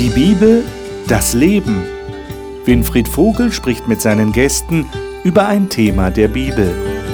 Bibel, das Leben. Winfried Vogel spricht mit seinen Gästen über ein Thema der Bibel.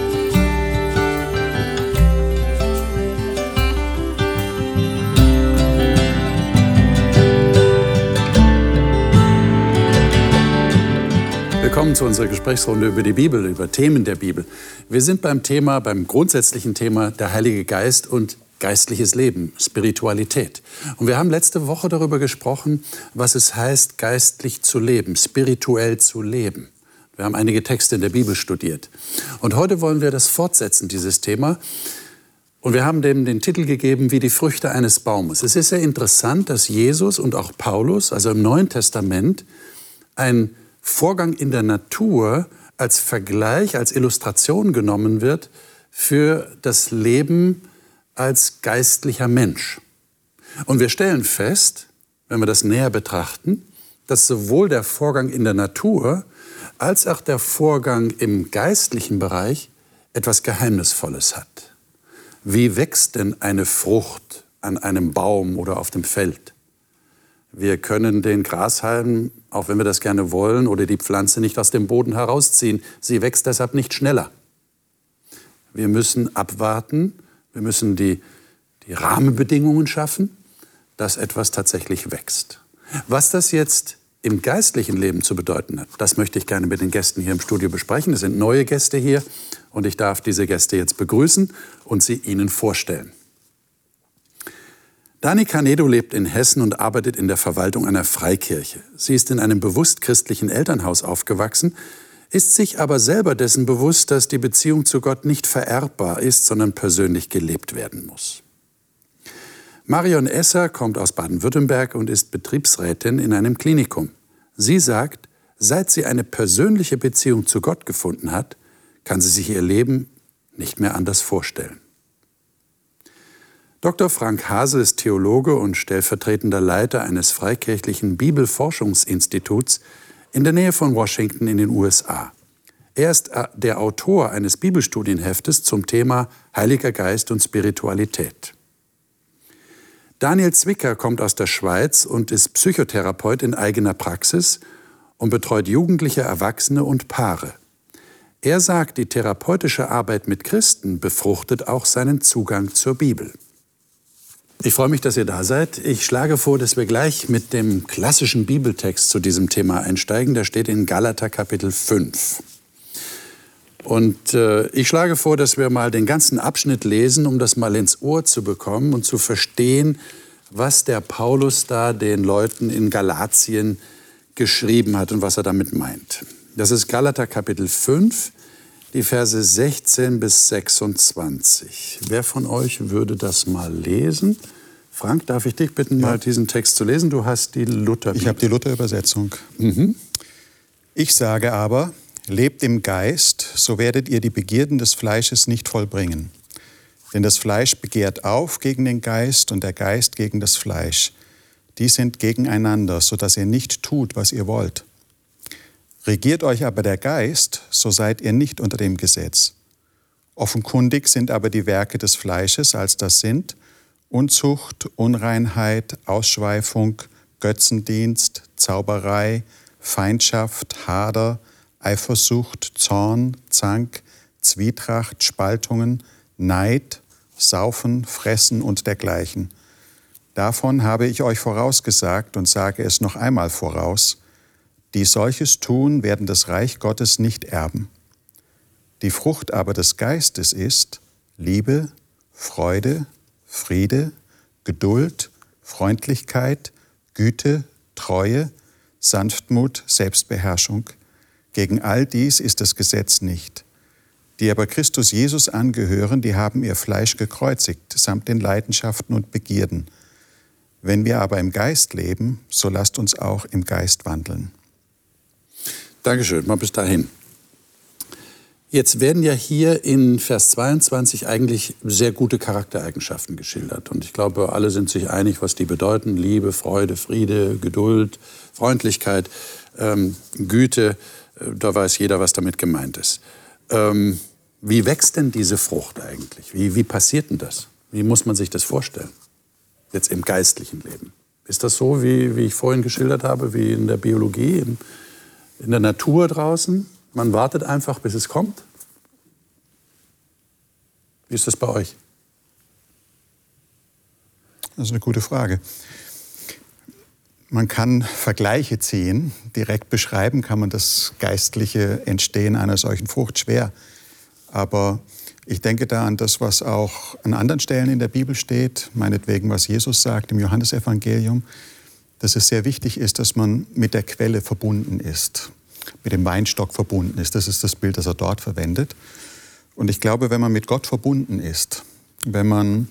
Willkommen zu unserer Gesprächsrunde über die Bibel, über Themen der Bibel. Wir sind beim grundsätzlichen Thema der Heilige Geist und geistliches Leben, Spiritualität. Und wir haben letzte Woche darüber gesprochen, was es heißt, geistlich zu leben, spirituell zu leben. Wir haben einige Texte in der Bibel studiert. Und heute wollen wir das fortsetzen, dieses Thema. Und wir haben dem den Titel gegeben, wie die Früchte eines Baumes. Es ist sehr interessant, dass Jesus und auch Paulus, also im Neuen Testament, ein Vorgang in der Natur als Vergleich, als Illustration genommen wird für das Leben als geistlicher Mensch. Und wir stellen fest, wenn wir das näher betrachten, dass sowohl der Vorgang in der Natur als auch der Vorgang im geistlichen Bereich etwas Geheimnisvolles hat. Wie wächst denn eine Frucht an einem Baum oder auf dem Feld? Wir können den Grashalm, auch wenn wir das gerne wollen, oder die Pflanze nicht aus dem Boden herausziehen. Sie wächst deshalb nicht schneller. Wir müssen abwarten, wir müssen die Rahmenbedingungen schaffen, dass etwas tatsächlich wächst. Was das jetzt im geistlichen Leben zu bedeuten hat, das möchte ich gerne mit den Gästen hier im Studio besprechen. Es sind neue Gäste hier und ich darf diese Gäste jetzt begrüßen und sie Ihnen vorstellen. Dani Canedo lebt in Hessen und arbeitet in der Verwaltung einer Freikirche. Sie ist in einem bewusst christlichen Elternhaus aufgewachsen, ist sich aber selber dessen bewusst, dass die Beziehung zu Gott nicht vererbbar ist, sondern persönlich gelebt werden muss. Marion Esser kommt aus Baden-Württemberg und ist Betriebsrätin in einem Klinikum. Sie sagt, seit sie eine persönliche Beziehung zu Gott gefunden hat, kann sie sich ihr Leben nicht mehr anders vorstellen. Dr. Frank Hase ist Theologe und stellvertretender Leiter eines freikirchlichen Bibelforschungsinstituts in der Nähe von Washington in den USA. Er ist der Autor eines Bibelstudienheftes zum Thema Heiliger Geist und Spiritualität. Daniel Zwicker kommt aus der Schweiz und ist Psychotherapeut in eigener Praxis und betreut Jugendliche, Erwachsene und Paare. Er sagt, die therapeutische Arbeit mit Christen befruchtet auch seinen Zugang zur Bibel. Ich freue mich, dass ihr da seid. Ich schlage vor, dass wir gleich mit dem klassischen Bibeltext zu diesem Thema einsteigen. Der steht in Galater Kapitel 5. Und ich schlage vor, dass wir mal den ganzen Abschnitt lesen, um das mal ins Ohr zu bekommen und zu verstehen, was der Paulus da den Leuten in Galatien geschrieben hat und was er damit meint. Das ist Galater Kapitel 5, die Verse 16 bis 26. Wer von euch würde das mal lesen? Frank, darf ich dich bitten, mal diesen Text zu lesen? Du hast die Lutherbibel. Ich habe die Luther-Übersetzung. Ich sage aber, lebt im Geist, so werdet ihr die Begierden des Fleisches nicht vollbringen. Denn das Fleisch begehrt auf gegen den Geist und der Geist gegen das Fleisch. Die sind gegeneinander, sodass ihr nicht tut, was ihr wollt. Regiert euch aber der Geist, so seid ihr nicht unter dem Gesetz. Offenkundig sind aber die Werke des Fleisches, als das sind Unzucht, Unreinheit, Ausschweifung, Götzendienst, Zauberei, Feindschaft, Hader, Eifersucht, Zorn, Zank, Zwietracht, Spaltungen, Neid, Saufen, Fressen und dergleichen. Davon habe ich euch vorausgesagt und sage es noch einmal voraus, die solches tun, werden das Reich Gottes nicht erben. Die Frucht aber des Geistes ist Liebe, Freude, Friede, Geduld, Freundlichkeit, Güte, Treue, Sanftmut, Selbstbeherrschung. Gegen all dies ist das Gesetz nicht. Die aber Christus Jesus angehören, die haben ihr Fleisch gekreuzigt, samt den Leidenschaften und Begierden. Wenn wir aber im Geist leben, so lasst uns auch im Geist wandeln. Dankeschön, mal bis dahin. Jetzt werden ja hier in Vers 22 eigentlich sehr gute Charaktereigenschaften geschildert. Und ich glaube, alle sind sich einig, was die bedeuten. Liebe, Freude, Friede, Geduld, Freundlichkeit, Güte. Da weiß jeder, was damit gemeint ist. Wie wächst denn diese Frucht eigentlich? Wie passiert denn das? Wie muss man sich das vorstellen? Jetzt im geistlichen Leben. Ist das so, wie ich vorhin geschildert habe, wie in der Biologie, in der Natur draußen? Man wartet einfach, bis es kommt? Wie ist das bei euch? Das ist eine gute Frage. Man kann Vergleiche ziehen. Direkt beschreiben kann man das geistliche Entstehen einer solchen Frucht schwer. Aber ich denke da an das, was auch an anderen Stellen in der Bibel steht, meinetwegen, was Jesus sagt im Johannesevangelium, dass es sehr wichtig ist, dass man mit der Quelle verbunden ist, mit dem Weinstock verbunden ist. Das ist das Bild, das er dort verwendet. Und ich glaube, wenn man mit Gott verbunden ist, wenn man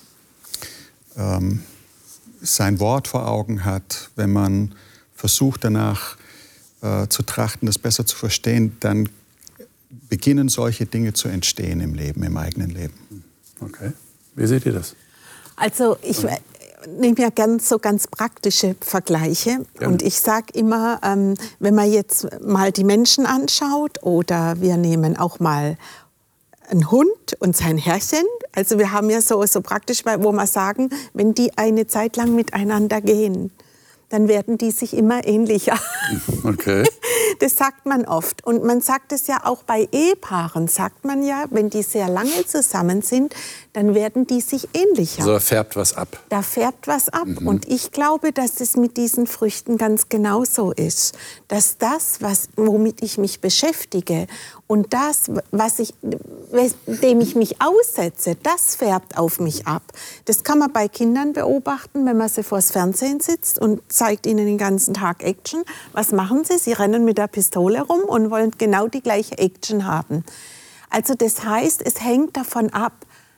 sein Wort vor Augen hat, wenn man versucht danach zu trachten, das besser zu verstehen, dann beginnen solche Dinge zu entstehen im Leben, im eigenen Leben. Okay. Wie seht ihr das? Also ich nehme ja ganz praktische Vergleiche. Ja. Und ich sage immer, wenn man jetzt mal die Menschen anschaut oder wir nehmen auch mal einen Hund und sein Herrchen. Also wir haben ja so praktisch, wo wir sagen, wenn die eine Zeit lang miteinander gehen, dann werden die sich immer ähnlicher. Okay. Das sagt man oft. Und man sagt es ja auch bei Ehepaaren, sagt man ja, wenn die sehr lange zusammen sind, dann werden die sich ähnlicher. Also da färbt was ab. Da färbt was ab. Mhm. Und ich glaube, dass es mit diesen Früchten ganz genauso ist. Dass das, womit ich mich beschäftige und das, dem ich mich aussetze, das färbt auf mich ab. Das kann man bei Kindern beobachten, wenn man sie vors Fernsehen sitzt und zeigt ihnen den ganzen Tag Action. Was machen sie? Sie rennen mit der Pistole rum und wollen genau die gleiche Action haben. Also das heißt, es hängt davon ab,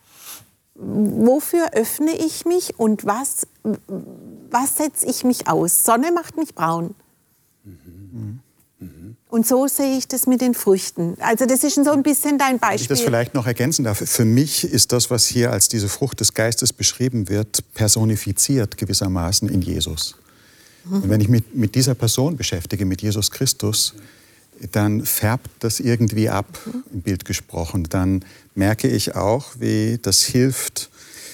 wofür öffne ich mich und was setze ich mich aus? Sonne macht mich braun. Mhm. Und so sehe ich das mit den Früchten. Also das ist so ein bisschen dein Beispiel. Wenn ich das vielleicht noch ergänzen darf. Für mich ist das, was hier als diese Frucht des Geistes beschrieben wird, personifiziert gewissermaßen in Jesus. Mhm. Und wenn ich mich mit dieser Person beschäftige, mit Jesus Christus, dann färbt das irgendwie ab, im Bild gesprochen. Dann merke ich auch, wie das hilft,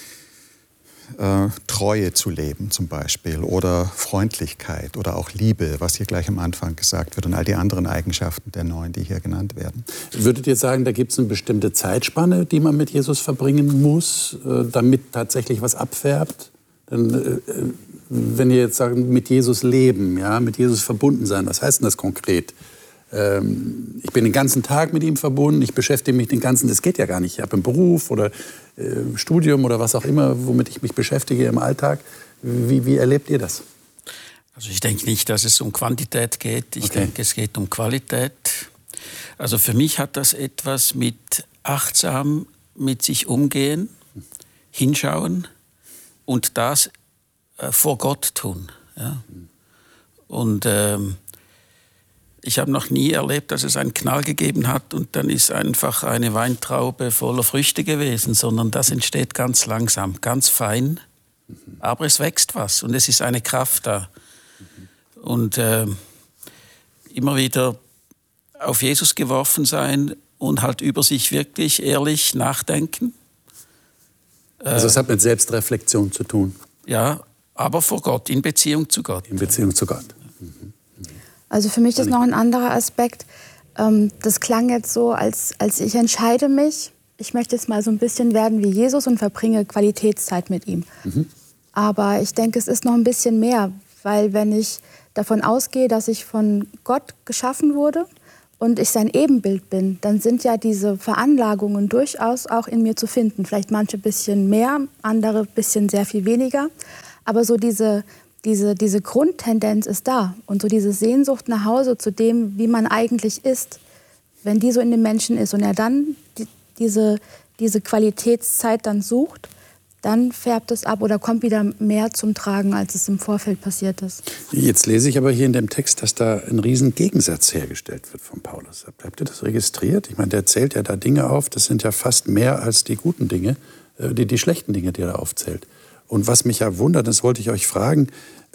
Treue zu leben zum Beispiel oder Freundlichkeit oder auch Liebe, was hier gleich am Anfang gesagt wird und all die anderen Eigenschaften der Neuen, die hier genannt werden. Würdet ihr sagen, da gibt es eine bestimmte Zeitspanne, die man mit Jesus verbringen muss, damit tatsächlich was abfärbt? Denn, wenn ihr jetzt sagt, mit Jesus leben, ja, mit Jesus verbunden sein, was heißt denn das konkret? Ich bin den ganzen Tag mit ihm verbunden, ich beschäftige mich den ganzen, das geht ja gar nicht. Ich habe einen Beruf oder Studium oder was auch immer, womit ich mich beschäftige im Alltag. Wie erlebt ihr das? Also ich denke nicht, dass es um Quantität geht. Ich denke, es geht um Qualität. Also für mich hat das etwas mit achtsam mit sich umgehen, hinschauen und das vor Gott tun. Ja? Und ich habe noch nie erlebt, dass es einen Knall gegeben hat und dann ist einfach eine Weintraube voller Früchte gewesen, sondern das entsteht ganz langsam, ganz fein, aber es wächst was und es ist eine Kraft da. Und immer wieder auf Jesus geworfen sein und halt über sich wirklich ehrlich nachdenken. Also es hat mit Selbstreflexion zu tun? Ja, aber vor Gott, in Beziehung zu Gott. In Beziehung zu Gott. Also für mich ist noch ein anderer Aspekt. Das klang jetzt so, als ich entscheide mich, ich möchte jetzt mal so ein bisschen werden wie Jesus und verbringe Qualitätszeit mit ihm. Mhm. Aber ich denke, es ist noch ein bisschen mehr, weil wenn ich davon ausgehe, dass ich von Gott geschaffen wurde und ich sein Ebenbild bin, dann sind ja diese Veranlagungen durchaus auch in mir zu finden. Vielleicht manche ein bisschen mehr, andere ein bisschen sehr viel weniger. Aber so diese Grundtendenz ist da und so diese Sehnsucht nach Hause zu dem, wie man eigentlich ist, wenn die so in den Menschen ist und er dann diese Qualitätszeit dann sucht, dann färbt es ab oder kommt wieder mehr zum Tragen, als es im Vorfeld passiert ist. Jetzt lese ich aber hier in dem Text, dass da ein riesen Gegensatz hergestellt wird von Paulus. Habt ihr das registriert? Ich meine, der zählt ja da Dinge auf, das sind ja fast mehr als die guten Dinge, die schlechten Dinge, die er da aufzählt. Und was mich ja wundert, das wollte ich euch fragen,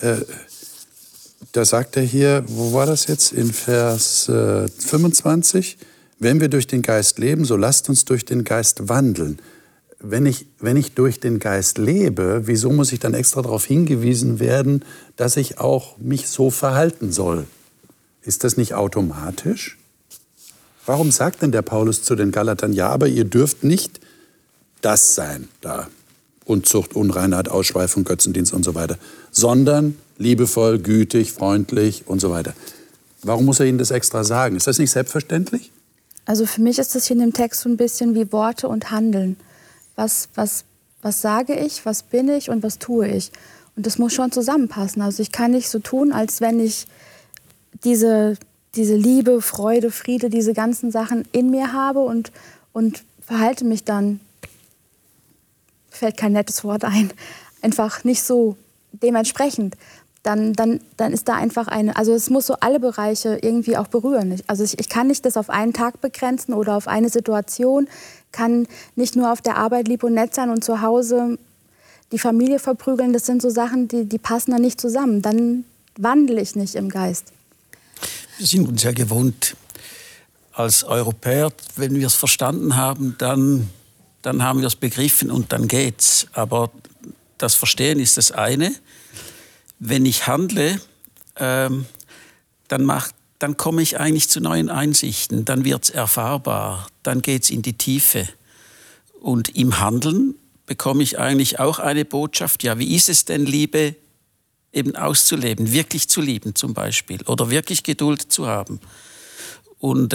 da sagt er hier, wo war das jetzt, in Vers 25, wenn wir durch den Geist leben, so lasst uns durch den Geist wandeln. wenn ich durch den Geist lebe, wieso muss ich dann extra darauf hingewiesen werden, dass ich auch mich so verhalten soll? Ist das nicht automatisch? Warum sagt denn der Paulus zu den Galatern, ja, aber ihr dürft nicht das sein da, Unzucht, Unreinheit, Ausschweifung, Götzendienst und so weiter, sondern liebevoll, gütig, freundlich und so weiter. Warum muss er ihnen das extra sagen? Ist das nicht selbstverständlich? Also für mich ist das hier in dem Text so ein bisschen wie Worte und Handeln. Was sage ich, was bin ich und was tue ich? Und das muss schon zusammenpassen. Also ich kann nicht so tun, als wenn ich diese Liebe, Freude, Friede, diese ganzen Sachen in mir habe und verhalte mich dann, fällt kein nettes Wort ein, einfach nicht so dementsprechend. Dann ist da einfach also es muss so alle Bereiche irgendwie auch berühren. Also ich kann nicht das auf einen Tag begrenzen oder auf eine Situation, kann nicht nur auf der Arbeit lieb und nett sein und zu Hause die Familie verprügeln. Das sind so Sachen, die passen dann nicht zusammen. Dann wandle ich nicht im Geist. Wir sind uns ja gewohnt, als Europäer, wenn wir es verstanden haben, dann haben wir es begriffen und dann geht's. Aber das Verstehen ist das eine. Wenn ich handle, dann komme ich eigentlich zu neuen Einsichten, dann wird es erfahrbar, dann geht es in die Tiefe. Und im Handeln bekomme ich eigentlich auch eine Botschaft, ja, wie ist es denn, Liebe eben auszuleben, wirklich zu lieben zum Beispiel oder wirklich Geduld zu haben. Und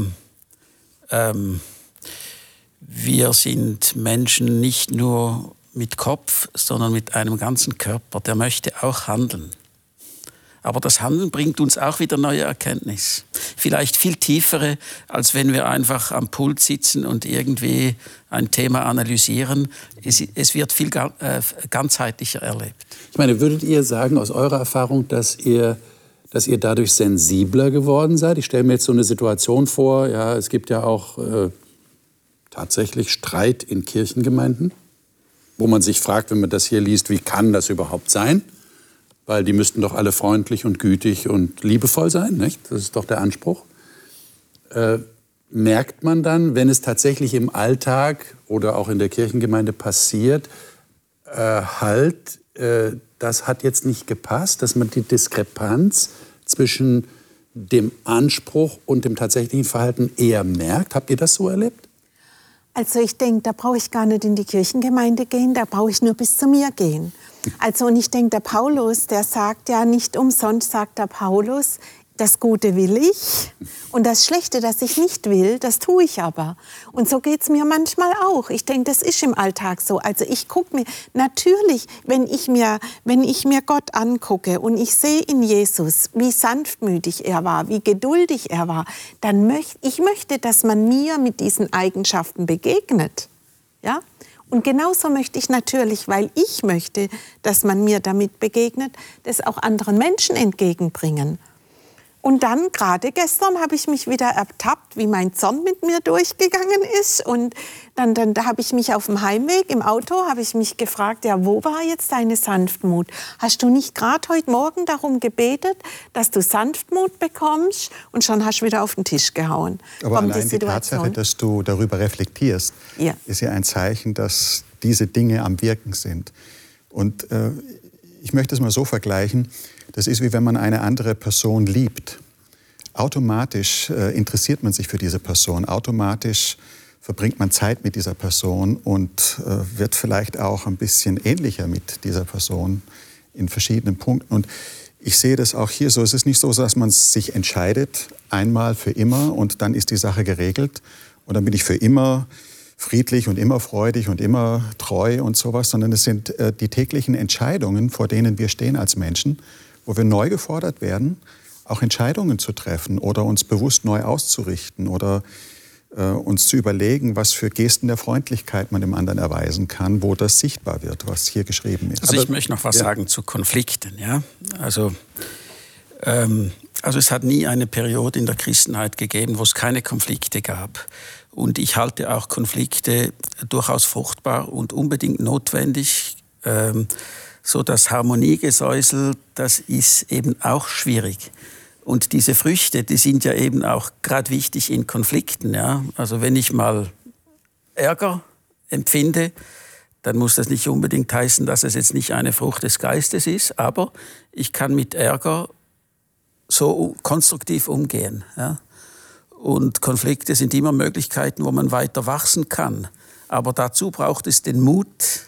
wir sind Menschen nicht nur mit Kopf, sondern mit einem ganzen Körper. Der möchte auch handeln. Aber das Handeln bringt uns auch wieder neue Erkenntnis. Vielleicht viel tiefere, als wenn wir einfach am Pult sitzen und irgendwie ein Thema analysieren. Es wird viel ganzheitlicher erlebt. Ich meine, würdet ihr sagen, aus eurer Erfahrung, dass ihr dadurch sensibler geworden seid? Ich stelle mir jetzt so eine Situation vor, ja, es gibt ja auch tatsächlich Streit in Kirchengemeinden, wo man sich fragt, wenn man das hier liest, wie kann das überhaupt sein? Weil die müssten doch alle freundlich und gütig und liebevoll sein, nicht? Das ist doch der Anspruch. Merkt man dann, wenn es tatsächlich im Alltag oder auch in der Kirchengemeinde passiert, das hat jetzt nicht gepasst, dass man die Diskrepanz zwischen dem Anspruch und dem tatsächlichen Verhalten eher merkt? Habt ihr das so erlebt? Also ich denke, da brauche ich gar nicht in die Kirchengemeinde gehen, da brauche ich nur bis zu mir gehen. Also und ich denke, der Paulus, der sagt ja nicht umsonst, sagt der Paulus, das Gute will ich und das Schlechte, das ich nicht will, das tue ich aber. Und so geht es mir manchmal auch. Ich denke, das ist im Alltag so. Also ich gucke mir, natürlich, wenn ich mir Gott angucke und ich sehe in Jesus, wie sanftmütig er war, wie geduldig er war, dann möchte, dass man mir mit diesen Eigenschaften begegnet. Ja? Und genauso möchte ich natürlich, weil ich möchte, dass man mir damit begegnet, das auch anderen Menschen entgegenbringen. Und dann, gerade gestern, habe ich mich wieder ertappt, wie mein Zorn mit mir durchgegangen ist. Und dann da habe ich mich auf dem Heimweg im Auto, habe ich mich gefragt, ja, wo war jetzt deine Sanftmut? Hast du nicht gerade heute Morgen darum gebetet, dass du Sanftmut bekommst? Und schon hast du wieder auf den Tisch gehauen. Aber allein die Tatsache, dass du darüber reflektierst, ja, ist ja ein Zeichen, dass diese Dinge am Wirken sind. Und ich möchte es mal so vergleichen, das ist wie wenn man eine andere Person liebt. Automatisch interessiert man sich für diese Person, automatisch verbringt man Zeit mit dieser Person und wird vielleicht auch ein bisschen ähnlicher mit dieser Person in verschiedenen Punkten. Und ich sehe das auch hier so, es ist nicht so, dass man sich entscheidet, einmal für immer und dann ist die Sache geregelt und dann bin ich für immer friedlich und immer freudig und immer treu und sowas, sondern es sind die täglichen Entscheidungen, vor denen wir stehen als Menschen, wo wir neu gefordert werden, auch Entscheidungen zu treffen oder uns bewusst neu auszurichten oder uns zu überlegen, was für Gesten der Freundlichkeit man dem anderen erweisen kann, wo das sichtbar wird, was hier geschrieben ist. Also ich möchte noch was sagen zu Konflikten. Ja? Also es hat nie eine Periode in der Christenheit gegeben, wo es keine Konflikte gab. Und ich halte auch Konflikte durchaus fruchtbar und unbedingt notwendig. So das Harmoniegesäusel, das ist eben auch schwierig. Und diese Früchte, die sind ja eben auch gerade wichtig in Konflikten. Ja? Also wenn ich mal Ärger empfinde, dann muss das nicht unbedingt heißen, dass es jetzt nicht eine Frucht des Geistes ist, aber ich kann mit Ärger so konstruktiv umgehen. Ja? Und Konflikte sind immer Möglichkeiten, wo man weiter wachsen kann. Aber dazu braucht es den Mut,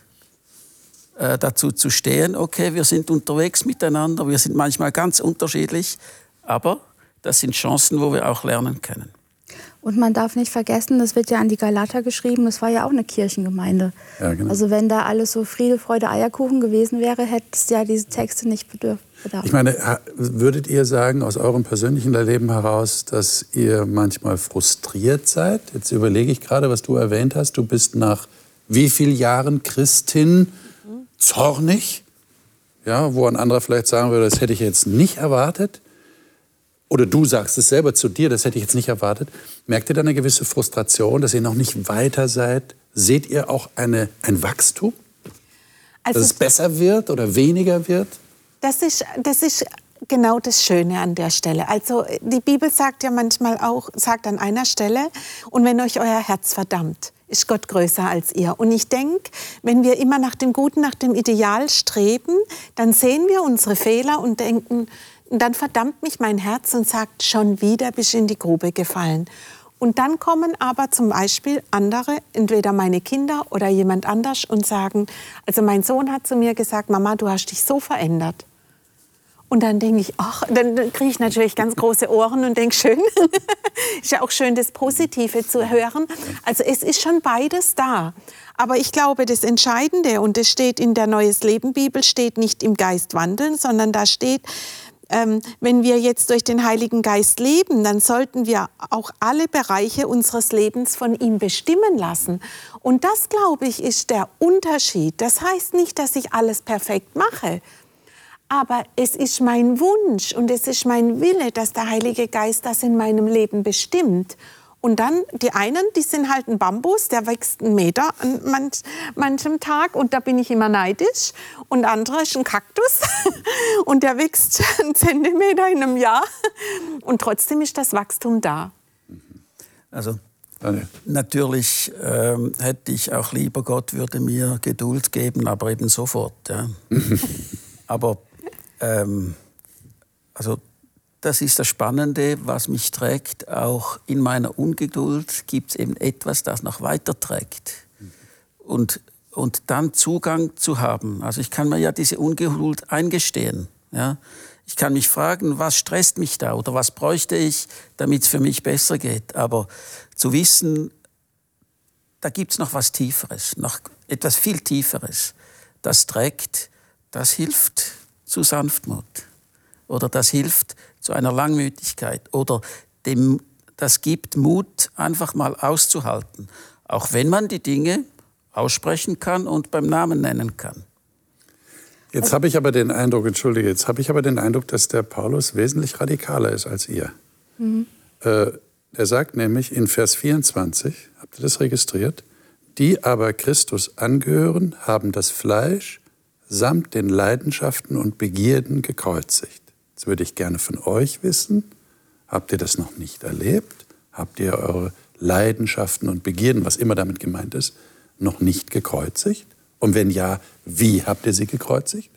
dazu zu stehen, okay, wir sind unterwegs miteinander, wir sind manchmal ganz unterschiedlich, aber das sind Chancen, wo wir auch lernen können. Und man darf nicht vergessen, das wird ja an die Galater geschrieben, das war ja auch eine Kirchengemeinde. Ja, genau. Also wenn da alles so Friede, Freude, Eierkuchen gewesen wäre, hätte es ja diese Texte nicht bedarf. Ich meine, würdet ihr sagen, aus eurem persönlichen Erleben heraus, dass ihr manchmal frustriert seid? Jetzt überlege ich gerade, was du erwähnt hast. Du bist nach wie vielen Jahren Christin zornig? Ja, wo ein anderer vielleicht sagen würde, das hätte ich jetzt nicht erwartet. Oder du sagst es selber zu dir, das hätte ich jetzt nicht erwartet. Merkt ihr da eine gewisse Frustration, dass ihr noch nicht weiter seid? Seht ihr auch ein Wachstum? Also, dass es besser wird oder weniger wird? Das ist genau das Schöne an der Stelle. Also die Bibel sagt ja manchmal auch, sagt an einer Stelle, und wenn euch euer Herz verdammt, ist Gott größer als ihr. Und ich denke, wenn wir immer nach dem Guten, nach dem Ideal streben, dann sehen wir unsere Fehler und denken, dann verdammt mich mein Herz und sagt, schon wieder bist du in die Grube gefallen. Und dann kommen aber zum Beispiel andere, entweder meine Kinder oder jemand anders und sagen, also mein Sohn hat zu mir gesagt, Mama, du hast dich so verändert. Und dann denke ich, ach, dann kriege ich natürlich ganz große Ohren und denke, schön, ist ja auch schön, das Positive zu hören. Also es ist schon beides da. Aber ich glaube, das Entscheidende, und das steht in der Neues Leben Bibel, steht nicht im Geist wandeln, sondern da steht, wenn wir jetzt durch den Heiligen Geist leben, dann sollten wir auch alle Bereiche unseres Lebens von ihm bestimmen lassen. Und das, glaube ich, ist der Unterschied. Das heißt nicht, dass ich alles perfekt mache. Aber es ist mein Wunsch und es ist mein Wille, dass der Heilige Geist das in meinem Leben bestimmt. Und dann, die einen, die sind halt ein Bambus, der wächst 1 Meter an manchem Tag und da bin ich immer neidisch. Und andere ist ein Kaktus und der wächst 1 Zentimeter in einem Jahr. Und trotzdem ist das Wachstum da. Also natürlich hätte ich auch lieber, Gott würde mir Geduld geben, aber eben sofort. Ja. Aber also das ist das Spannende, was mich trägt. Auch in meiner Ungeduld gibt es eben etwas, das noch weiter trägt. Und dann Zugang zu haben. Also ich kann mir ja diese Ungeduld eingestehen. Ja? Ich kann mich fragen, was stresst mich da oder was bräuchte ich, damit es für mich besser geht. Aber zu wissen, da gibt es noch was Tieferes, noch etwas viel Tieferes. Das trägt, das hilft zu Sanftmut. Oder das hilft zu einer Langmütigkeit. Oder das gibt Mut, einfach mal auszuhalten. Auch wenn man die Dinge aussprechen kann und beim Namen nennen kann. Jetzt habe ich aber den Eindruck, dass der Paulus wesentlich radikaler ist als ihr. Mhm. Er sagt nämlich in Vers 24, habt ihr das registriert? Die aber Christus angehören, haben das Fleisch samt den Leidenschaften und Begierden gekreuzigt. Jetzt würde ich gerne von euch wissen, habt ihr das noch nicht erlebt? Habt ihr eure Leidenschaften und Begierden, was immer damit gemeint ist, noch nicht gekreuzigt? Und wenn ja, wie habt ihr sie gekreuzigt?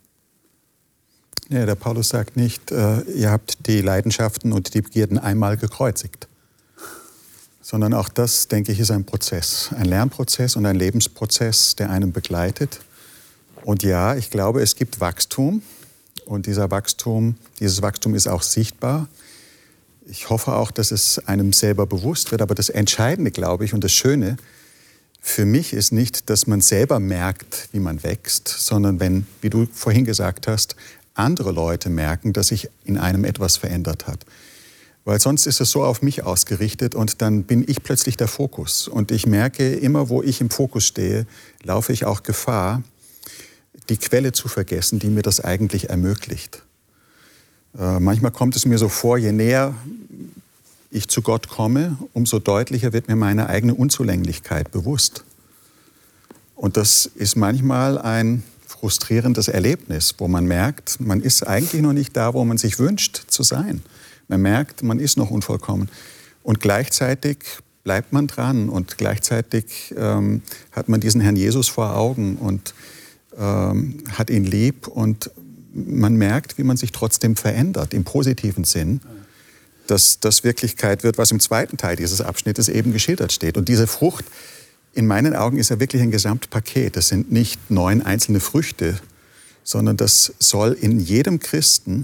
Ja, der Paulus sagt nicht, ihr habt die Leidenschaften und die Begierden einmal gekreuzigt. Sondern auch das, denke ich, ist ein Prozess. Ein Lernprozess und ein Lebensprozess, der einen begleitet. Und ja, ich glaube, es gibt Wachstum. Und dieses Wachstum ist auch sichtbar. Ich hoffe auch, dass es einem selber bewusst wird. Aber das Entscheidende, glaube ich, und das Schöne für mich ist nicht, dass man selber merkt, wie man wächst, sondern wenn, wie du vorhin gesagt hast, andere Leute merken, dass sich in einem etwas verändert hat. Weil sonst ist es so auf mich ausgerichtet und dann bin ich plötzlich der Fokus. Und ich merke, immer wo ich im Fokus stehe, laufe ich auch Gefahr, die Quelle zu vergessen, die mir das eigentlich ermöglicht. Manchmal kommt es mir so vor, je näher ich zu Gott komme, umso deutlicher wird mir meine eigene Unzulänglichkeit bewusst. Und das ist manchmal ein frustrierendes Erlebnis, wo man merkt, man ist eigentlich noch nicht da, wo man sich wünscht zu sein. Man merkt, man ist noch unvollkommen. Und gleichzeitig bleibt man dran und gleichzeitig hat man diesen Herrn Jesus vor Augen und hat ihn lieb und man merkt, wie man sich trotzdem verändert, im positiven Sinn, dass das Wirklichkeit wird, was im zweiten Teil dieses Abschnittes eben geschildert steht. Und diese Frucht, in meinen Augen, ist ja wirklich ein Gesamtpaket. Das sind nicht 9 einzelne Früchte, sondern das soll in jedem Christen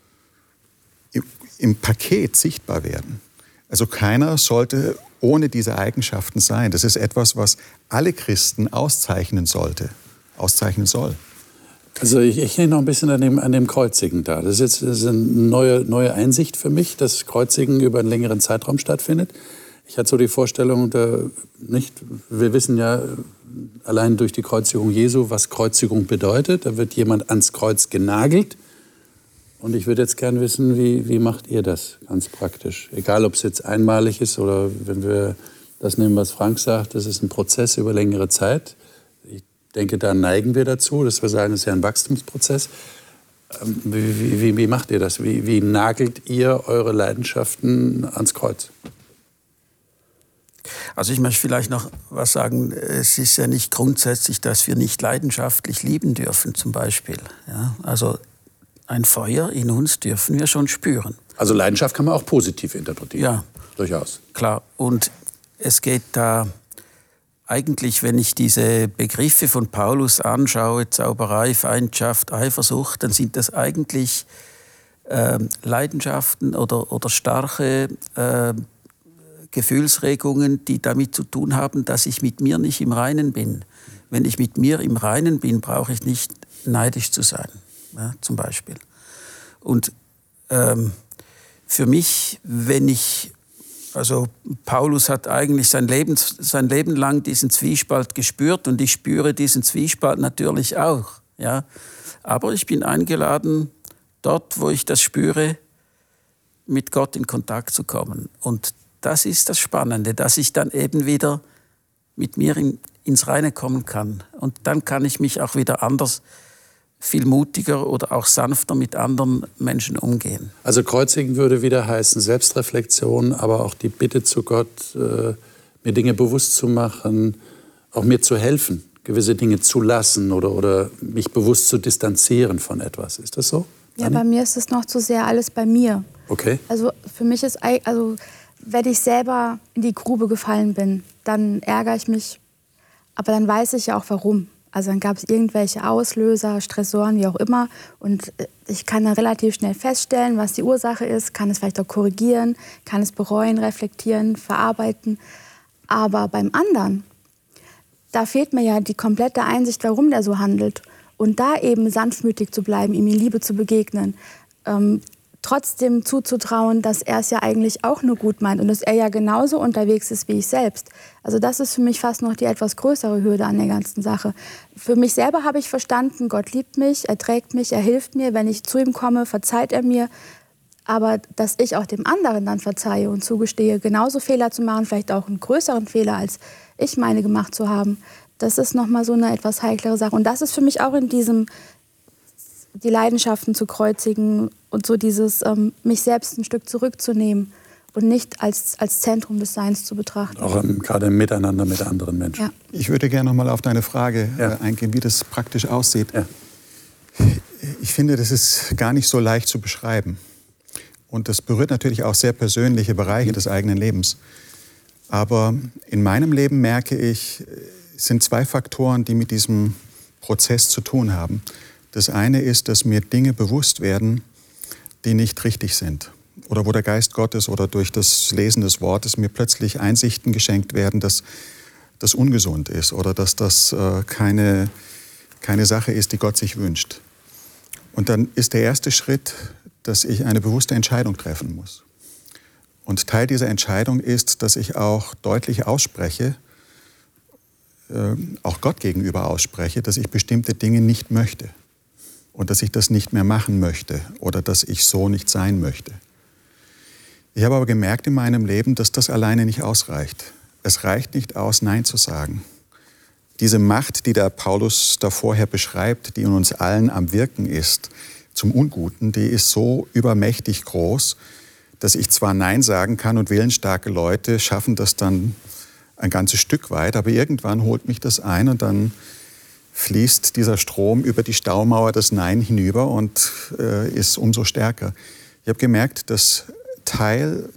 im Paket sichtbar werden. Also keiner sollte ohne diese Eigenschaften sein. Das ist etwas, was alle Christen auszeichnen soll. Also ich hänge noch ein bisschen an dem Kreuzigen da. Das ist eine neue Einsicht für mich, dass Kreuzigen über einen längeren Zeitraum stattfindet. Ich hatte so die Vorstellung, wir wissen ja allein durch die Kreuzigung Jesu, was Kreuzigung bedeutet. Da wird jemand ans Kreuz genagelt. Und ich würde jetzt gerne wissen, wie macht ihr das ganz praktisch? Egal, ob es jetzt einmalig ist oder wenn wir das nehmen, was Frank sagt, das ist ein Prozess über längere Zeit. Ich denke, da neigen wir dazu, dass wir sagen, das ist ja ein Wachstumsprozess. Wie macht ihr das? Wie nagelt ihr eure Leidenschaften ans Kreuz? Also ich möchte vielleicht noch was sagen. Es ist ja nicht grundsätzlich, dass wir nicht leidenschaftlich lieben dürfen, zum Beispiel. Ja, also ein Feuer in uns dürfen wir schon spüren. Also Leidenschaft kann man auch positiv interpretieren. Ja. Durchaus. Klar. Und es geht da eigentlich, wenn ich diese Begriffe von Paulus anschaue, Zauberei, Feindschaft, Eifersucht, dann sind das eigentlich Leidenschaften oder starke Gefühlsregungen, die damit zu tun haben, dass ich mit mir nicht im Reinen bin. Wenn ich mit mir im Reinen bin, brauche ich nicht neidisch zu sein, ja, zum Beispiel. Und für mich, also Paulus hat eigentlich sein Leben lang diesen Zwiespalt gespürt und ich spüre diesen Zwiespalt natürlich auch. Ja. Aber ich bin eingeladen, dort, wo ich das spüre, mit Gott in Kontakt zu kommen. Und das ist das Spannende, dass ich dann eben wieder mit mir ins Reine kommen kann. Und dann kann ich mich auch wieder anders, viel mutiger oder auch sanfter mit anderen Menschen umgehen. Also Kreuzigen würde wieder heißen Selbstreflexion, aber auch die Bitte zu Gott, mir Dinge bewusst zu machen, auch mir zu helfen, gewisse Dinge zu lassen oder mich bewusst zu distanzieren von etwas. Ist das so? Ja, bei mir ist es noch zu sehr alles bei mir. Okay. Also für mich ist, wenn ich selber in die Grube gefallen bin, dann ärgere ich mich, aber dann weiß ich ja auch warum. Also dann gab es irgendwelche Auslöser, Stressoren, wie auch immer. Und ich kann dann relativ schnell feststellen, was die Ursache ist, kann es vielleicht auch korrigieren, kann es bereuen, reflektieren, verarbeiten. Aber beim anderen, da fehlt mir ja die komplette Einsicht, warum der so handelt. Und da eben sanftmütig zu bleiben, ihm in Liebe zu begegnen, trotzdem zuzutrauen, dass er es ja eigentlich auch nur gut meint und dass er ja genauso unterwegs ist wie ich selbst. Also das ist für mich fast noch die etwas größere Hürde an der ganzen Sache. Für mich selber habe ich verstanden, Gott liebt mich, er trägt mich, er hilft mir. Wenn ich zu ihm komme, verzeiht er mir. Aber dass ich auch dem anderen dann verzeihe und zugestehe, genauso Fehler zu machen, vielleicht auch einen größeren Fehler, als ich meine gemacht zu haben, das ist nochmal so eine etwas heiklere Sache. Und das ist für mich auch in diesem, die Leidenschaften zu kreuzigen und so dieses, mich selbst ein Stück zurückzunehmen und nicht als Zentrum des Seins zu betrachten. Auch gerade im Miteinander mit anderen Menschen. Ja. Ich würde gerne noch mal auf deine Frage eingehen, wie das praktisch aussieht. Ja. Ich finde, das ist gar nicht so leicht zu beschreiben. Und das berührt natürlich auch sehr persönliche Bereiche des eigenen Lebens. Aber in meinem Leben merke ich, es sind 2 Faktoren, die mit diesem Prozess zu tun haben. Das eine ist, dass mir Dinge bewusst werden, die nicht richtig sind. Oder wo der Geist Gottes oder durch das Lesen des Wortes mir plötzlich Einsichten geschenkt werden, dass das ungesund ist oder dass das keine Sache ist, die Gott sich wünscht. Und dann ist der erste Schritt, dass ich eine bewusste Entscheidung treffen muss. Und Teil dieser Entscheidung ist, dass ich auch deutlich ausspreche, auch Gott gegenüber ausspreche, dass ich bestimmte Dinge nicht möchte und dass ich das nicht mehr machen möchte oder dass ich so nicht sein möchte. Ich habe aber gemerkt in meinem Leben, dass das alleine nicht ausreicht. Es reicht nicht aus, Nein zu sagen. Diese Macht, die der Paulus da vorher beschreibt, die in uns allen am Wirken ist, zum Unguten, die ist so übermächtig groß, dass ich zwar Nein sagen kann und willensstarke Leute schaffen das dann ein ganzes Stück weit, aber irgendwann holt mich das ein und dann fließt dieser Strom über die Staumauer des Nein hinüber und ist umso stärker. Ich habe gemerkt, dass Teil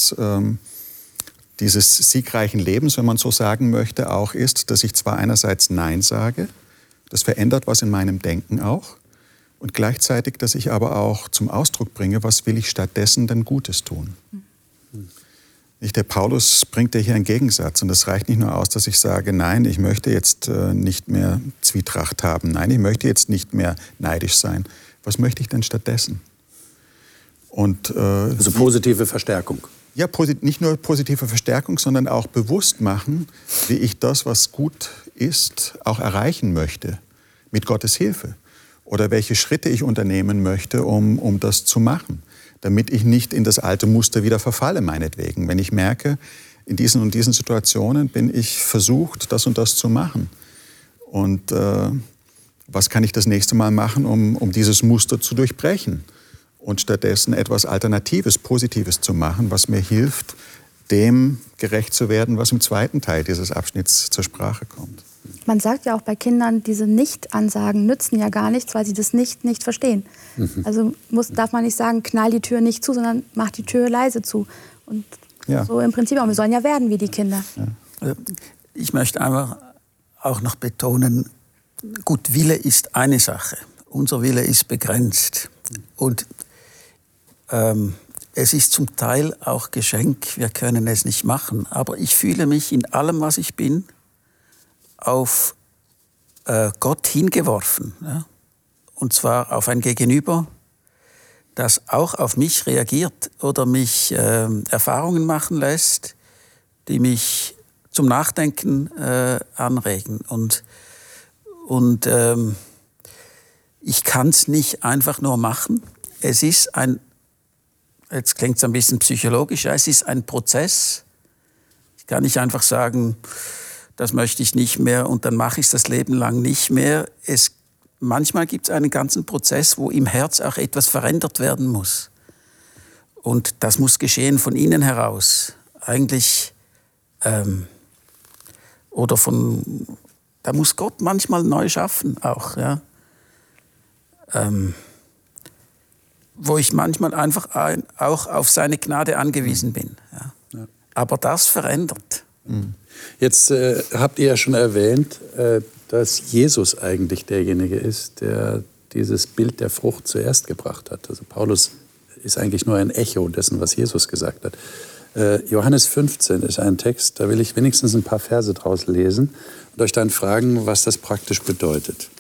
dieses siegreichen Lebens, wenn man so sagen möchte, auch ist, dass ich zwar einerseits Nein sage, das verändert was in meinem Denken auch, und gleichzeitig, dass ich aber auch zum Ausdruck bringe, was will ich stattdessen denn Gutes tun. Der Paulus bringt ja hier einen Gegensatz, und es reicht nicht nur aus, dass ich sage, nein, ich möchte jetzt nicht mehr Zwietracht haben, nein, ich möchte jetzt nicht mehr neidisch sein. Was möchte ich denn stattdessen? Und, also positive Verstärkung. Ja, nicht nur positive Verstärkung, sondern auch bewusst machen, wie ich das, was gut ist, auch erreichen möchte, mit Gottes Hilfe. Oder welche Schritte ich unternehmen möchte, um das zu machen, damit ich nicht in das alte Muster wieder verfalle, meinetwegen. Wenn ich merke, in diesen und diesen Situationen bin ich versucht, das und das zu machen. Und was kann ich das nächste Mal machen, um dieses Muster zu durchbrechen? Und stattdessen etwas Alternatives, Positives zu machen, was mir hilft, dem gerecht zu werden, was im zweiten Teil dieses Abschnitts zur Sprache kommt. Man sagt ja auch bei Kindern, diese Nicht-Ansagen nützen ja gar nichts, weil sie das nicht verstehen. Also darf man nicht sagen, knall die Tür nicht zu, sondern mach die Tür leise zu. Und so im Prinzip auch. Wir sollen ja werden wie die Kinder. Ja. Ich möchte einfach auch noch betonen, gut, Wille ist eine Sache. Unser Wille ist begrenzt. Und es ist zum Teil auch Geschenk, wir können es nicht machen. Aber ich fühle mich in allem, was ich bin, auf Gott hingeworfen. Ja? Und zwar auf ein Gegenüber, das auch auf mich reagiert oder mich Erfahrungen machen lässt, die mich zum Nachdenken anregen. Und ich kann es nicht einfach nur machen. Es ist jetzt klingt es ein bisschen psychologisch, es ist ein Prozess. Ich kann nicht einfach sagen, das möchte ich nicht mehr und dann mache ich es das Leben lang nicht mehr. Manchmal gibt es einen ganzen Prozess, wo im Herz auch etwas verändert werden muss. Und das muss geschehen von innen heraus. Eigentlich, da muss Gott manchmal neu schaffen auch, ja. Wo ich manchmal einfach auch auf seine Gnade angewiesen bin. Ja. Ja. Aber das verändert. Jetzt habt ihr ja schon erwähnt, dass Jesus eigentlich derjenige ist, der dieses Bild der Frucht zuerst gebracht hat. Also Paulus ist eigentlich nur ein Echo dessen, was Jesus gesagt hat. Johannes 15 ist ein Text, da will ich wenigstens ein paar Verse draus lesen und euch dann fragen, was das praktisch bedeutet.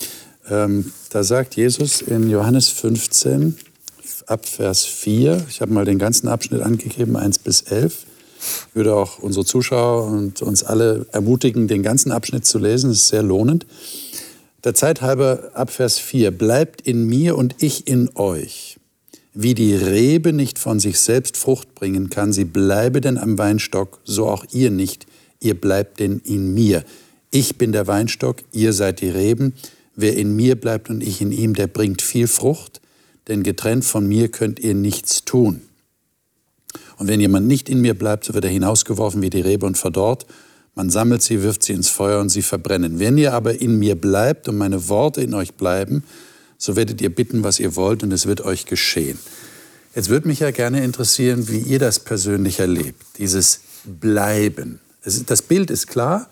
Da sagt Jesus in Johannes 15 ab Vers 4, ich habe mal den ganzen Abschnitt angegeben, 1 bis 11, ich würde auch unsere Zuschauer und uns alle ermutigen, den ganzen Abschnitt zu lesen, das ist sehr lohnend. Der Zeit halber ab Vers 4, bleibt in mir und ich in euch. Wie die Rebe nicht von sich selbst Frucht bringen kann, sie bleibe denn am Weinstock, so auch ihr nicht, ihr bleibt denn in mir. Ich bin der Weinstock, ihr seid die Reben. Wer in mir bleibt und ich in ihm, der bringt viel Frucht, denn getrennt von mir könnt ihr nichts tun. Und wenn jemand nicht in mir bleibt, so wird er hinausgeworfen wie die Rebe und verdorrt. Man sammelt sie, wirft sie ins Feuer und sie verbrennen. Wenn ihr aber in mir bleibt und meine Worte in euch bleiben, so werdet ihr bitten, was ihr wollt, und es wird euch geschehen. Jetzt würde mich ja gerne interessieren, wie ihr das persönlich erlebt, dieses Bleiben. Das Bild ist klar.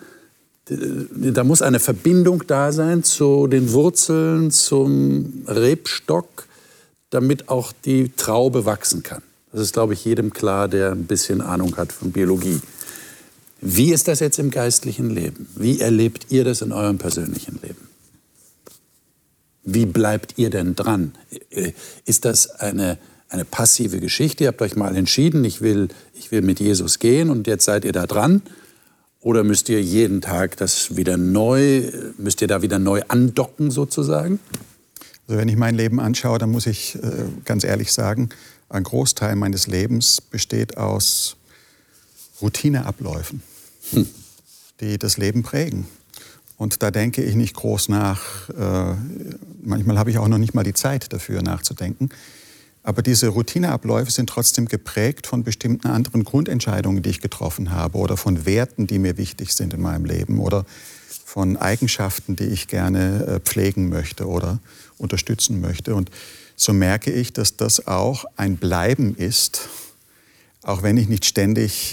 Da muss eine Verbindung da sein zu den Wurzeln, zum Rebstock, damit auch die Traube wachsen kann. Das ist, glaube ich, jedem klar, der ein bisschen Ahnung hat von Biologie. Wie ist das jetzt im geistlichen Leben? Wie erlebt ihr das in eurem persönlichen Leben? Wie bleibt ihr denn dran? Ist das eine passive Geschichte? Ihr habt euch mal entschieden, ich will mit Jesus gehen und jetzt seid ihr da dran? Oder müsst ihr jeden Tag müsst ihr da wieder neu andocken sozusagen? Also wenn ich mein Leben anschaue, dann muss ich ganz ehrlich sagen, ein Großteil meines Lebens besteht aus Routineabläufen, die das Leben prägen. Und da denke ich nicht groß nach. Manchmal habe ich auch noch nicht mal die Zeit dafür nachzudenken. Aber diese Routineabläufe sind trotzdem geprägt von bestimmten anderen Grundentscheidungen, die ich getroffen habe oder von Werten, die mir wichtig sind in meinem Leben oder von Eigenschaften, die ich gerne pflegen möchte oder unterstützen möchte. Und so merke ich, dass das auch ein Bleiben ist, auch wenn ich nicht ständig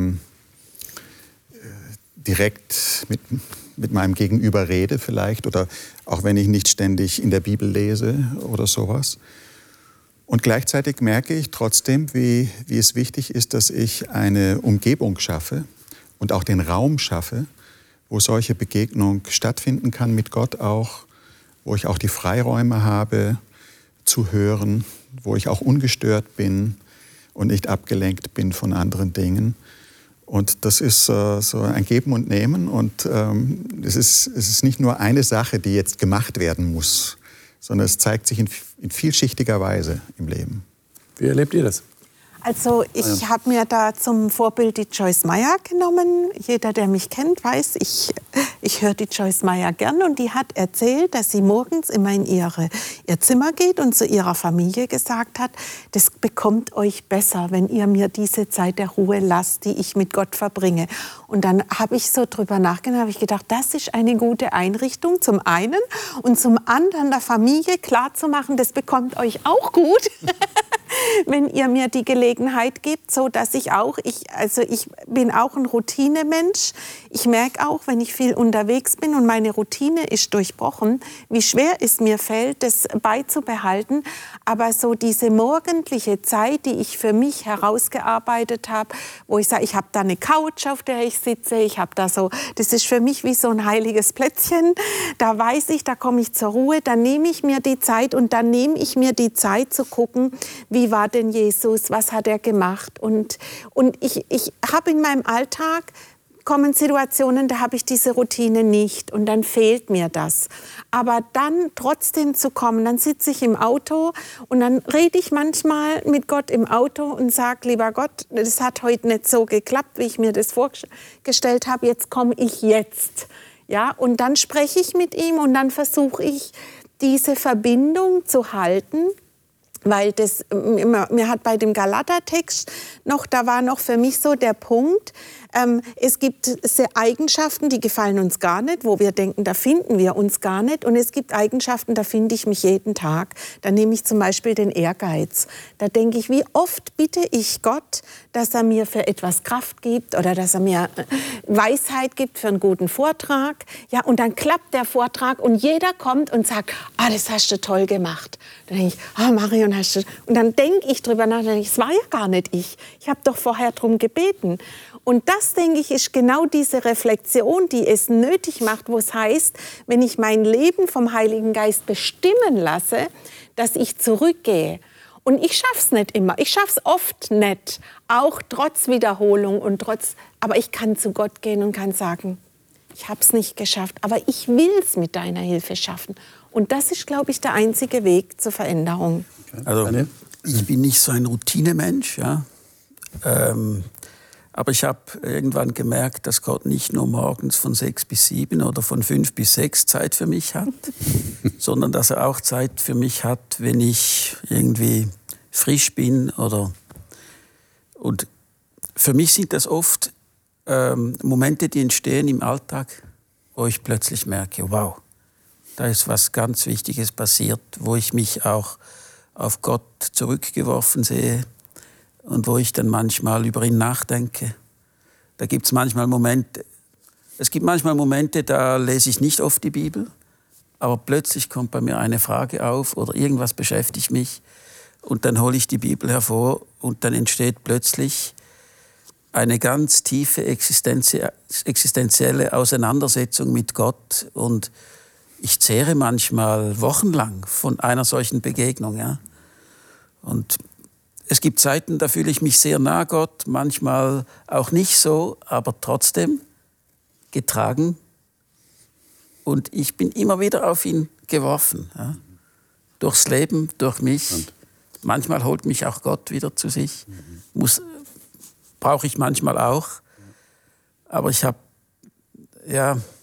direkt mit meinem Gegenüber rede vielleicht oder auch wenn ich nicht ständig in der Bibel lese oder sowas. Und gleichzeitig merke ich trotzdem, wie es wichtig ist, dass ich eine Umgebung schaffe und auch den Raum schaffe, wo solche Begegnung stattfinden kann mit Gott auch, wo ich auch die Freiräume habe zu hören, wo ich auch ungestört bin und nicht abgelenkt bin von anderen Dingen. Und das ist so ein Geben und Nehmen und es ist nicht nur eine Sache, die jetzt gemacht werden muss, sondern es zeigt sich in vielschichtiger Weise im Leben. Wie erlebt ihr das? Also ich habe mir da zum Vorbild die Joyce Meyer genommen. Jeder, der mich kennt, weiß, ich höre die Joyce Meyer gern. Und die hat erzählt, dass sie morgens immer in ihr Zimmer geht und zu ihrer Familie gesagt hat, das bekommt euch besser, wenn ihr mir diese Zeit der Ruhe lasst, die ich mit Gott verbringe. Und dann habe ich so drüber nachgedacht, habe ich gedacht, das ist eine gute Einrichtung zum einen und zum anderen der Familie klarzumachen, das bekommt euch auch gut. Wenn ihr mir die Gelegenheit gibt, so dass ich bin auch ein Routinemensch. Ich merke auch, wenn ich viel unterwegs bin und meine Routine ist durchbrochen, wie schwer es mir fällt, das beizubehalten. Aber so diese morgendliche Zeit, die ich für mich herausgearbeitet habe, wo ich sage, ich habe da eine Couch, auf der ich sitze, ich habe da so, das ist für mich wie so ein heiliges Plätzchen. Da weiß ich, da komme ich zur Ruhe, dann nehme ich mir die Zeit und dann nehme ich mir die Zeit zu gucken, wie war denn Jesus, was hat er gemacht? Und ich habe in meinem Alltag, kommen Situationen, da habe ich diese Routine nicht und dann fehlt mir das. Aber dann trotzdem zu kommen, dann sitze ich im Auto und dann rede ich manchmal mit Gott im Auto und sage, lieber Gott, das hat heute nicht so geklappt, wie ich mir das vorgestellt habe, jetzt komme ich jetzt. Ja, und dann spreche ich mit ihm und dann versuche ich, diese Verbindung zu halten. Weil mir hat bei dem Galater-Text noch, da war noch für mich so der Punkt, es gibt Eigenschaften, die gefallen uns gar nicht, wo wir denken, da finden wir uns gar nicht. Und es gibt Eigenschaften, da finde ich mich jeden Tag. Da nehme ich zum Beispiel den Ehrgeiz. Da denke ich, wie oft bitte ich Gott, dass er mir für etwas Kraft gibt oder dass er mir Weisheit gibt für einen guten Vortrag. Ja, und dann klappt der Vortrag und jeder kommt und sagt, das hast du toll gemacht. Dann denke ich, Marion, hast du... Und dann denke ich drüber nach, es war ja gar nicht ich. Ich habe doch vorher drum gebeten. Und das, denke ich, ist genau diese Reflexion, die es nötig macht, wo es heißt, wenn ich mein Leben vom Heiligen Geist bestimmen lasse, dass ich zurückgehe. Und ich schaff's nicht immer. Ich schaff's oft nicht. Auch trotz Wiederholung und aber ich kann zu Gott gehen und kann sagen, ich hab's nicht geschafft, aber ich will's mit deiner Hilfe schaffen. Und das ist, glaube ich, der einzige Weg zur Veränderung. Also, ich bin nicht so ein Routinemensch, ja. Aber ich habe irgendwann gemerkt, dass Gott nicht nur morgens von 6 bis 7 oder von 5 bis 6 Zeit für mich hat, sondern dass er auch Zeit für mich hat, wenn ich irgendwie frisch bin. Und für mich sind das oft Momente, die entstehen im Alltag, wo ich plötzlich merke, wow, da ist was ganz Wichtiges passiert, wo ich mich auch auf Gott zurückgeworfen sehe. Und wo ich dann manchmal über ihn nachdenke. Es gibt manchmal Momente, da lese ich nicht oft die Bibel, aber plötzlich kommt bei mir eine Frage auf oder irgendwas beschäftigt mich und dann hole ich die Bibel hervor und dann entsteht plötzlich eine ganz tiefe existenzielle Auseinandersetzung mit Gott und ich zehre manchmal wochenlang von einer solchen Begegnung. Ja? Und es gibt Zeiten, da fühle ich mich sehr nah Gott, manchmal auch nicht so, aber trotzdem getragen. Und ich bin immer wieder auf ihn geworfen. Ja. Durchs Leben, durch mich. Und manchmal holt mich auch Gott wieder zu sich. Brauche ich manchmal auch. Aber ich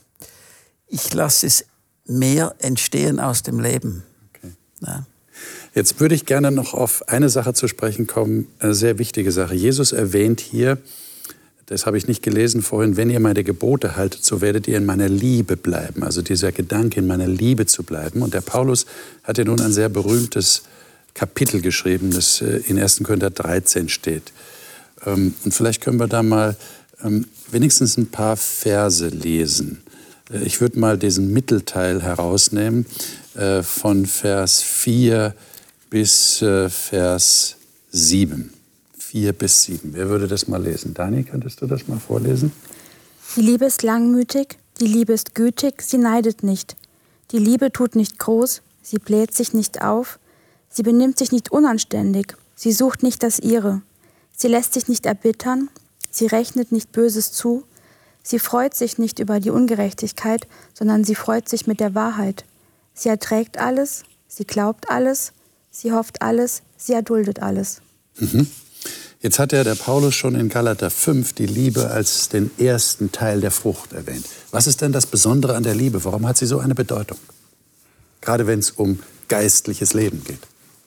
lasse es mehr entstehen aus dem Leben. Okay. Ja. Jetzt würde ich gerne noch auf eine Sache zu sprechen kommen, eine sehr wichtige Sache. Jesus erwähnt hier, das habe ich nicht gelesen vorhin, wenn ihr meine Gebote haltet, so werdet ihr in meiner Liebe bleiben. Also dieser Gedanke, in meiner Liebe zu bleiben. Und der Paulus hat ja nun ein sehr berühmtes Kapitel geschrieben, das in 1. Korinther 13 steht. Und vielleicht können wir da mal wenigstens ein paar Verse lesen. Ich würde mal diesen Mittelteil herausnehmen, von Vers 4 bis Vers 7. 4 bis 7. Wer würde das mal lesen? Dani, könntest du das mal vorlesen? Die Liebe ist langmütig, die Liebe ist gütig, sie neidet nicht. Die Liebe tut nicht groß, sie bläht sich nicht auf, sie benimmt sich nicht unanständig, sie sucht nicht das Ihre. Sie lässt sich nicht erbittern, sie rechnet nicht Böses zu, sie freut sich nicht über die Ungerechtigkeit, sondern sie freut sich mit der Wahrheit. Sie erträgt alles, sie glaubt alles, sie hofft alles, sie erduldet alles. Jetzt hat ja der Paulus schon in Galater 5 die Liebe als den ersten Teil der Frucht erwähnt. Was ist denn das Besondere an der Liebe? Warum hat sie so eine Bedeutung? Gerade wenn es um geistliches Leben geht.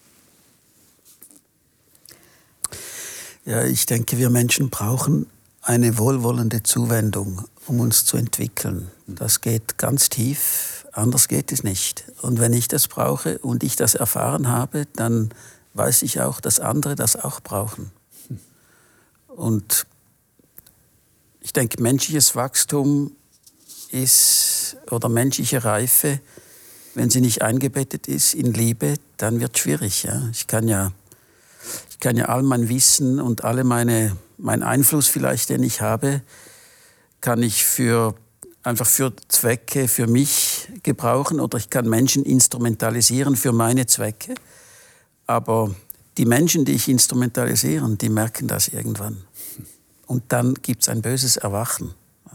Ja, ich denke, wir Menschen brauchen eine wohlwollende Zuwendung, um uns zu entwickeln. Das geht ganz tief. Anders geht es nicht. Und wenn ich das brauche und ich das erfahren habe, dann weiß ich auch, dass andere das auch brauchen. Und ich denke, menschliches Wachstum ist, oder menschliche Reife, wenn sie nicht eingebettet ist in Liebe, dann wird es schwierig. Ja? Ich kann ja all mein Wissen und mein Einfluss vielleicht, den ich habe, kann ich einfach für Zwecke, für mich gebrauchen, oder ich kann Menschen instrumentalisieren für meine Zwecke. Aber die Menschen, die ich instrumentalisiere, die merken das irgendwann. Und dann gibt es ein böses Erwachen.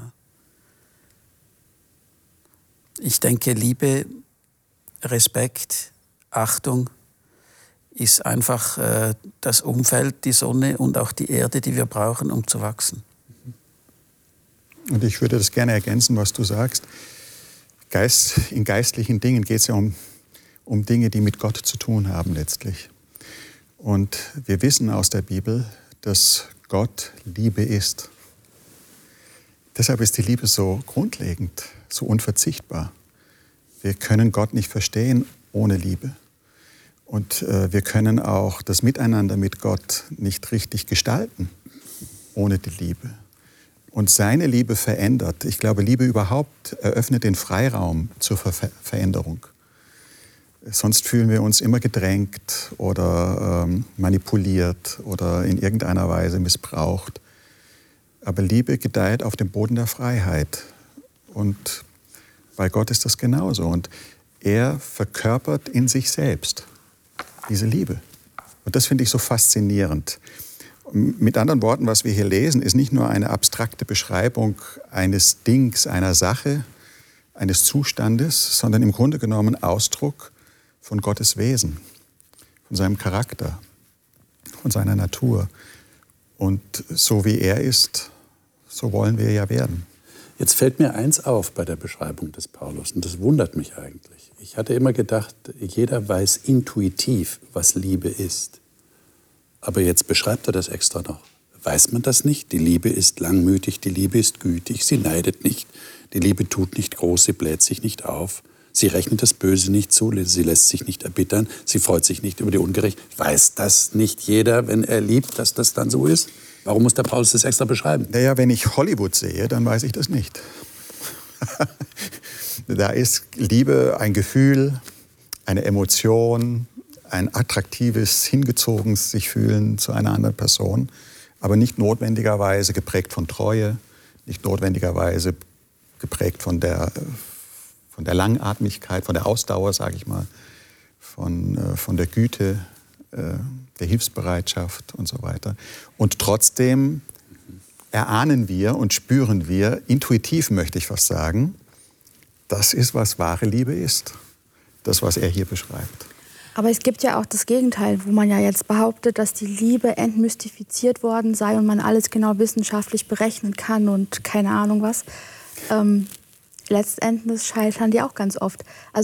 Ich denke, Liebe, Respekt, Achtung ist einfach das Umfeld, die Sonne und auch die Erde, die wir brauchen, um zu wachsen. Und ich würde das gerne ergänzen, was du sagst. In geistlichen Dingen geht es ja um Dinge, die mit Gott zu tun haben letztlich. Und wir wissen aus der Bibel, dass Gott Liebe ist. Deshalb ist die Liebe so grundlegend, so unverzichtbar. Wir können Gott nicht verstehen ohne Liebe. Und wir können auch das Miteinander mit Gott nicht richtig gestalten ohne die Liebe. Und seine Liebe verändert. Ich glaube, Liebe überhaupt eröffnet den Freiraum zur Veränderung. Sonst fühlen wir uns immer gedrängt oder manipuliert oder in irgendeiner Weise missbraucht. Aber Liebe gedeiht auf dem Boden der Freiheit. Und bei Gott ist das genauso. Und er verkörpert in sich selbst diese Liebe. Und das finde ich so faszinierend. Mit anderen Worten, was wir hier lesen, ist nicht nur eine abstrakte Beschreibung eines Dings, einer Sache, eines Zustandes, sondern im Grunde genommen Ausdruck von Gottes Wesen, von seinem Charakter, von seiner Natur. Und so wie er ist, so wollen wir ja werden. Jetzt fällt mir eins auf bei der Beschreibung des Paulus, und das wundert mich eigentlich. Ich hatte immer gedacht, jeder weiß intuitiv, was Liebe ist. Aber jetzt beschreibt er das extra noch. Weiß man das nicht? Die Liebe ist langmütig, die Liebe ist gütig, sie neidet nicht. Die Liebe tut nicht groß, sie bläht sich nicht auf. Sie rechnet das Böse nicht zu, sie lässt sich nicht erbittern, sie freut sich nicht über die Ungerechtigkeit. Weiß das nicht jeder, wenn er liebt, dass das dann so ist? Warum muss der Paulus das extra beschreiben? Naja, wenn ich Hollywood sehe, dann weiß ich das nicht. Da ist Liebe ein Gefühl, eine Emotion, ein attraktives, hingezogenes sich fühlen zu einer anderen Person, aber nicht notwendigerweise geprägt von Treue, nicht notwendigerweise geprägt von der Langatmigkeit, von der Ausdauer, sage ich mal, von der Güte, der Hilfsbereitschaft und so weiter. Und trotzdem erahnen wir und spüren wir, intuitiv möchte ich fast sagen, das ist, was wahre Liebe ist. Das, was er hier beschreibt. Aber es gibt ja auch das Gegenteil, wo man ja jetzt behauptet, dass die Liebe entmystifiziert worden sei und man alles genau wissenschaftlich berechnen kann und keine Ahnung was. Letztendlich scheitern die auch ganz oft. Also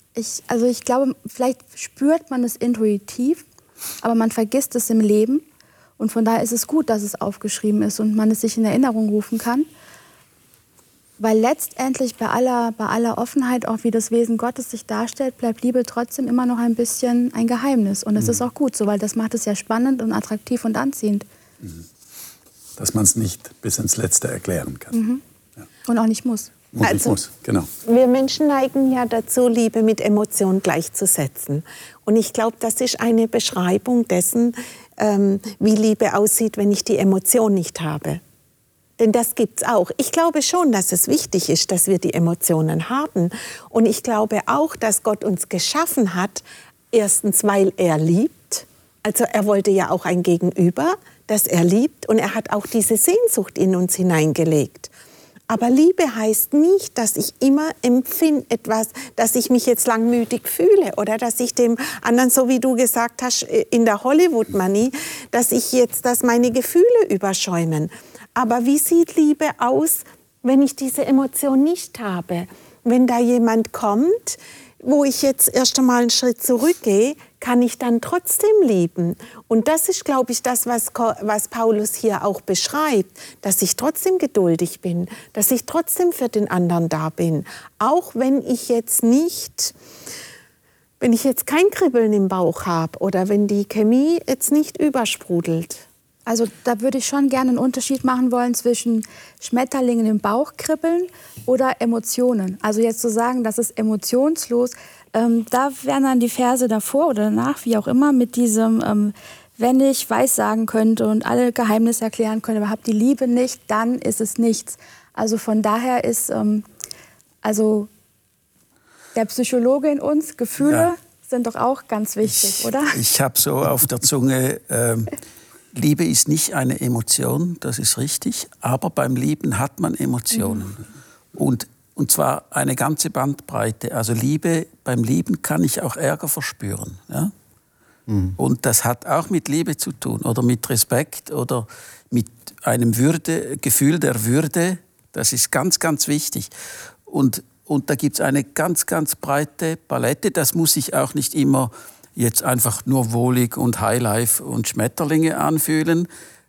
Ich glaube, vielleicht spürt man es intuitiv, aber man vergisst es im Leben. Und von daher ist es gut, dass es aufgeschrieben ist und man es sich in Erinnerung rufen kann. Weil letztendlich bei aller Offenheit, auch wie das Wesen Gottes sich darstellt, bleibt Liebe trotzdem immer noch ein bisschen ein Geheimnis. Und es ist auch gut so, weil das macht es ja spannend und attraktiv und anziehend. Dass man es nicht bis ins Letzte erklären kann. Ja. Und auch nicht muss. Und nicht muss, genau. Wir Menschen neigen ja dazu, Liebe mit Emotionen gleichzusetzen. Und ich glaube, das ist eine Beschreibung dessen, wie Liebe aussieht, wenn ich die Emotion nicht habe. Denn das gibt's auch. Ich glaube schon, dass es wichtig ist, dass wir die Emotionen haben. Und ich glaube auch, dass Gott uns geschaffen hat, erstens, weil er liebt. Also er wollte ja auch ein Gegenüber, das er liebt. Und er hat auch diese Sehnsucht in uns hineingelegt. Aber Liebe heißt nicht, dass ich immer empfinde etwas, dass ich mich jetzt langmütig fühle oder dass ich dem anderen, so wie du gesagt hast, in der Hollywood-Manie, dass meine Gefühle überschäumen. Aber wie sieht Liebe aus, wenn ich diese Emotion nicht habe? Wenn da jemand kommt, wo ich jetzt erst einmal einen Schritt zurückgehe, kann ich dann trotzdem lieben. Und das ist, glaube ich, das, was Paulus hier auch beschreibt, dass ich trotzdem geduldig bin, dass ich trotzdem für den anderen da bin. Auch wenn ich jetzt kein Kribbeln im Bauch habe oder wenn die Chemie jetzt nicht übersprudelt. Also da würde ich schon gerne einen Unterschied machen wollen zwischen Schmetterlingen im Bauch kribbeln oder Emotionen. Also jetzt zu sagen, das ist emotionslos, da wären dann die Verse davor oder danach, wie auch immer, mit diesem, wenn ich Weissagen könnte und alle Geheimnisse erklären könnte, aber habe die Liebe nicht, dann ist es nichts. Also von daher ist der Psychologe in uns, Gefühle sind doch auch ganz wichtig, oder? Ich habe so auf der Zunge... Liebe ist nicht eine Emotion, das ist richtig, aber beim Lieben hat man Emotionen. Und zwar eine ganze Bandbreite. Also beim Lieben kann ich auch Ärger verspüren. Ja? Und das hat auch mit Liebe zu tun oder mit Respekt oder mit einem Gefühl der Würde. Das ist ganz, ganz wichtig. Und da gibt es eine ganz, ganz breite Palette. Das muss ich auch nicht immer jetzt einfach nur wohlig und Highlife und Schmetterlinge anfühlen.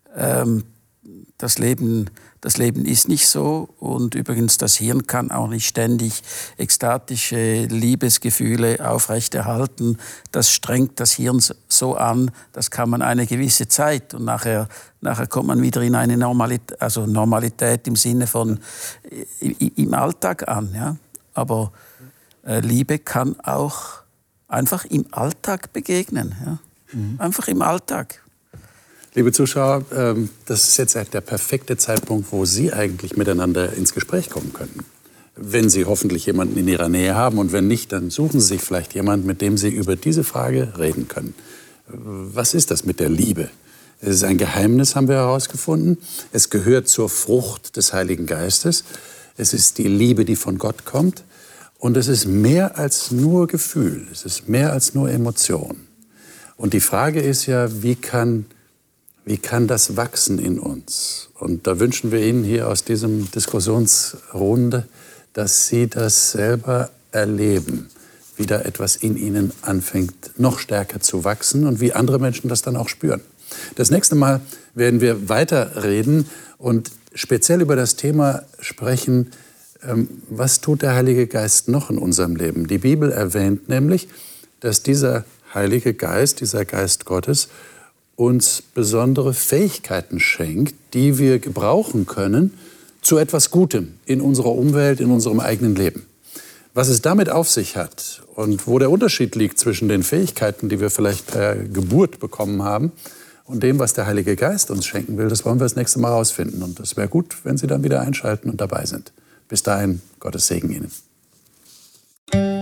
Das Leben ist nicht so. Und übrigens, das Hirn kann auch nicht ständig ekstatische Liebesgefühle aufrechterhalten. Das strengt das Hirn so an, das kann man eine gewisse Zeit. Und nachher kommt man wieder in eine Normalität im Sinne von im Alltag an. Ja? Aber Liebe kann auch einfach im Alltag begegnen. Ja? Einfach im Alltag. Liebe Zuschauer, das ist jetzt der perfekte Zeitpunkt, wo Sie eigentlich miteinander ins Gespräch kommen könnten. Wenn Sie hoffentlich jemanden in Ihrer Nähe haben und wenn nicht, dann suchen Sie sich vielleicht jemanden, mit dem Sie über diese Frage reden können. Was ist das mit der Liebe? Es ist ein Geheimnis, haben wir herausgefunden. Es gehört zur Frucht des Heiligen Geistes. Es ist die Liebe, die von Gott kommt. Und es ist mehr als nur Gefühl, es ist mehr als nur Emotion. Und die Frage ist ja, wie kann das wachsen in uns? Und da wünschen wir Ihnen hier aus diesem Diskussionsrunde, dass Sie das selber erleben, wie da etwas in Ihnen anfängt, noch stärker zu wachsen und wie andere Menschen das dann auch spüren. Das nächste Mal werden wir weiterreden und speziell über das Thema sprechen, was tut der Heilige Geist noch in unserem Leben? Die Bibel erwähnt nämlich, dass dieser Heilige Geist, dieser Geist Gottes, uns besondere Fähigkeiten schenkt, die wir gebrauchen können zu etwas Gutem in unserer Umwelt, in unserem eigenen Leben. Was es damit auf sich hat und wo der Unterschied liegt zwischen den Fähigkeiten, die wir vielleicht per Geburt bekommen haben, und dem, was der Heilige Geist uns schenken will, das wollen wir das nächste Mal herausfinden. Und es wäre gut, wenn Sie dann wieder einschalten und dabei sind. Bis dahin, Gottes Segen Ihnen.